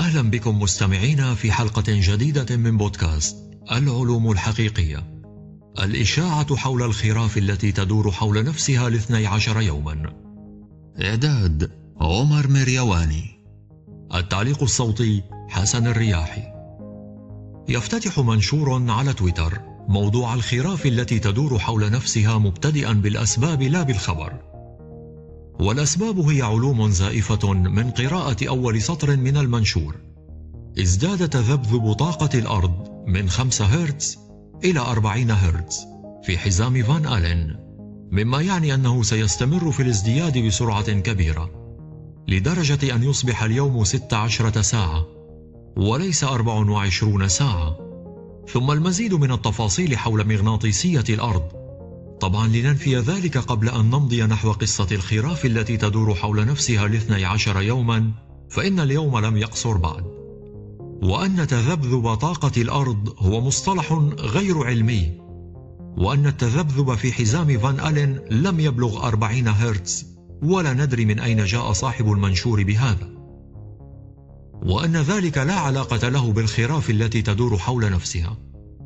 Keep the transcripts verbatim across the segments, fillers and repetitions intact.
أهلا بكم مستمعينا في حلقة جديدة من بودكاست العلوم الحقيقية. الإشاعة حول الخراف التي تدور حول نفسها لاثني عشر يوما. إعداد عمر مريواني. التعليق الصوتي حسن الرياحي. يفتتح منشور على تويتر موضوع الخراف التي تدور حول نفسها مبتدئا بالأسباب لا بالخبر. والأسباب هي علوم زائفة من قراءة أول سطر من المنشور. ازداد تذبذب طاقة الأرض من خمسة هرتز إلى أربعين هرتز في حزام فان آلين، مما يعني أنه سيستمر في الازدياد بسرعة كبيرة لدرجة أن يصبح اليوم ست عشرة ساعة وليس أربع وعشرون ساعة. ثم المزيد من التفاصيل حول مغناطيسية الأرض، طبعا لننفي ذلك قبل أن نمضي نحو قصة الخراف التي تدور حول نفسها لاثني عشر يوما، فإن اليوم لم يقصر بعد. وأن تذبذب طاقة الأرض هو مصطلح غير علمي، وأن التذبذب في حزام فان آلين لم يبلغ أربعين هرتز، ولا ندري من أين جاء صاحب المنشور بهذا، وأن ذلك لا علاقة له بالخراف التي تدور حول نفسها.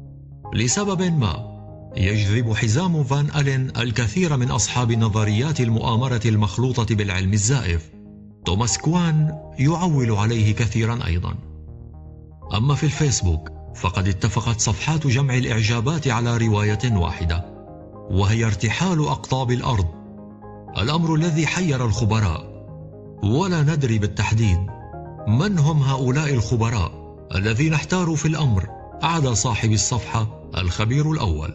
لسبب ما يجذب حزام فان آلين الكثير من أصحاب نظريات المؤامرة المخلوطة بالعلم الزائف. توماس كوان يعول عليه كثيرا أيضا. أما في الفيسبوك فقد اتفقت صفحات جمع الإعجابات على رواية واحدة، وهي ارتحال أقطاب الأرض، الأمر الذي حير الخبراء، ولا ندري بالتحديد من هم هؤلاء الخبراء الذين احتاروا في الأمر عدا صاحب الصفحة الخبير الأول.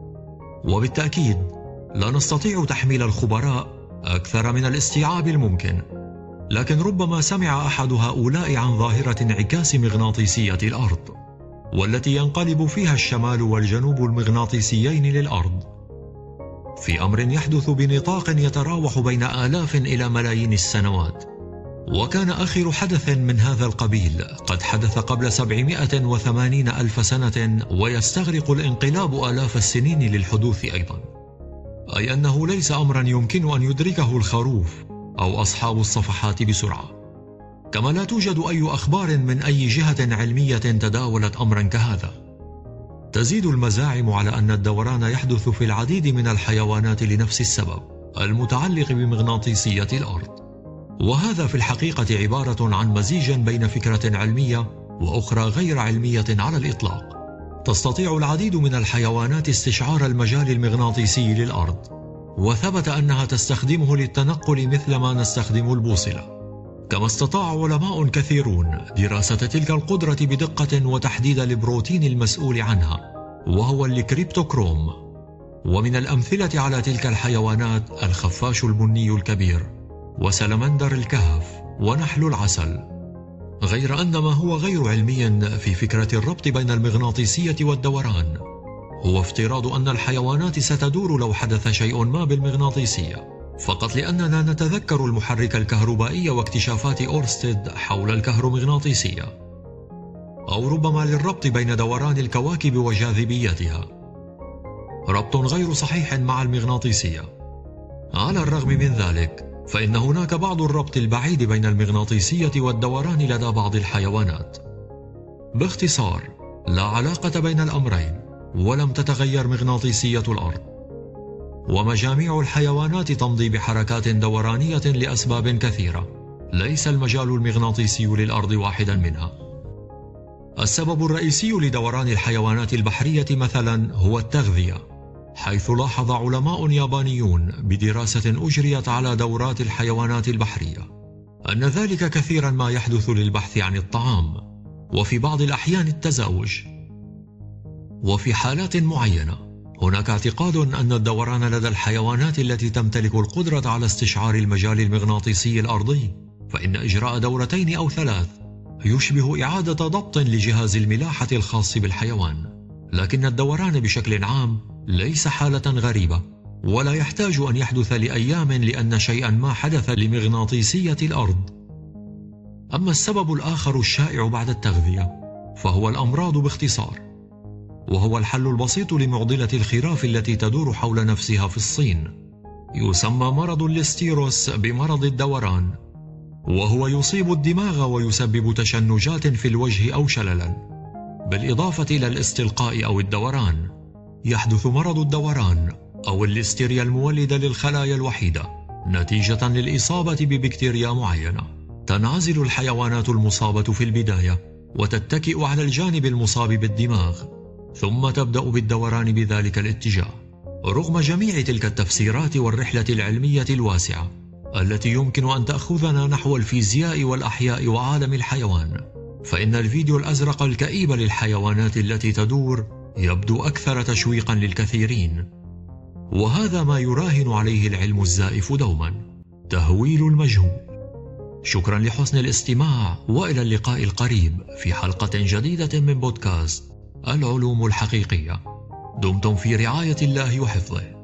وبالتأكيد لا نستطيع تحميل الخبراء أكثر من الاستيعاب الممكن، لكن ربما سمع أحد هؤلاء عن ظاهرة انعكاس مغناطيسية الأرض، والتي ينقلب فيها الشمال والجنوب المغناطيسيين للأرض في أمر يحدث بنطاق يتراوح بين آلاف إلى ملايين السنوات. وكان آخر حدث من هذا القبيل قد حدث قبل سبعمائة وثمانين ألف سنة، ويستغرق الانقلاب آلاف السنين للحدوث أيضا، أي أنه ليس أمرا يمكن أن يدركه الخروف أو أصحاب الصفحات بسرعة. كما لا توجد أي أخبار من أي جهة علمية تداولت أمرا كهذا. تزيد المزاعم على أن الدوران يحدث في العديد من الحيوانات لنفس السبب المتعلق بمغناطيسية الأرض، وهذا في الحقيقة عبارة عن مزيج بين فكرة علمية وأخرى غير علمية على الإطلاق. تستطيع العديد من الحيوانات استشعار المجال المغناطيسي للأرض، وثبت أنها تستخدمه للتنقل مثل ما نستخدم البوصلة. كما استطاع علماء كثيرون دراسة تلك القدرة بدقة وتحديد البروتين المسؤول عنها، وهو الكريبتوكروم. ومن الأمثلة على تلك الحيوانات الخفاش البني الكبير، وسلمندر الكهف، ونحل العسل. غير أن ما هو غير علمي في فكرة الربط بين المغناطيسية والدوران هو افتراض أن الحيوانات ستدور لو حدث شيء ما بالمغناطيسية، فقط لأننا نتذكر المحرك الكهربائي واكتشافات أورستيد حول الكهرومغناطيسية، أو ربما للربط بين دوران الكواكب وجاذبيتها، ربط غير صحيح مع المغناطيسية. على الرغم من ذلك فإن هناك بعض الربط البعيد بين المغناطيسية والدوران لدى بعض الحيوانات. باختصار، لا علاقة بين الأمرين، ولم تتغير مغناطيسية الأرض، ومجاميع الحيوانات تمضي بحركات دورانية لأسباب كثيرة، ليس المجال المغناطيسي للأرض واحدا منها. السبب الرئيسي لدوران الحيوانات البحرية مثلا هو التغذية، حيث لاحظ علماء يابانيون بدراسة أجريت على دورات الحيوانات البحرية أن ذلك كثيرا ما يحدث للبحث عن الطعام، وفي بعض الأحيان التزاوج. وفي حالات معينة هناك اعتقاد أن الدوران لدى الحيوانات التي تمتلك القدرة على استشعار المجال المغناطيسي الأرضي، فإن إجراء دورتين أو ثلاث يشبه إعادة ضبط لجهاز الملاحة الخاص بالحيوان. لكن الدوران بشكل عام ليس حالة غريبة، ولا يحتاج أن يحدث لأيام لأن شيئا ما حدث لمغناطيسية الأرض. أما السبب الآخر الشائع بعد التغذية فهو الأمراض باختصار، وهو الحل البسيط لمعضلة الخراف التي تدور حول نفسها في الصين. يسمى مرض الليستيروس بمرض الدوران، وهو يصيب الدماغ ويسبب تشنجات في الوجه أو شللا، بالإضافة إلى الاستلقاء أو الدوران. يحدث مرض الدوران أو الليستيريا المولدة للخلايا الوحيدة نتيجة للإصابة ببكتيريا معينة. تنعزل الحيوانات المصابة في البداية وتتكئ على الجانب المصاب بالدماغ، ثم تبدأ بالدوران بذلك الاتجاه. رغم جميع تلك التفسيرات والرحلة العلمية الواسعة التي يمكن أن تأخذنا نحو الفيزياء والأحياء وعالم الحيوان، فإن الفيديو الأزرق الكئيب للحيوانات التي تدور يبدو أكثر تشويقا للكثيرين. وهذا ما يراهن عليه العلم الزائف دوما: تهويل المجهول. شكرا لحسن الاستماع، وإلى اللقاء القريب في حلقة جديدة من بودكاست العلوم الحقيقية. دمتم في رعاية الله وحفظه.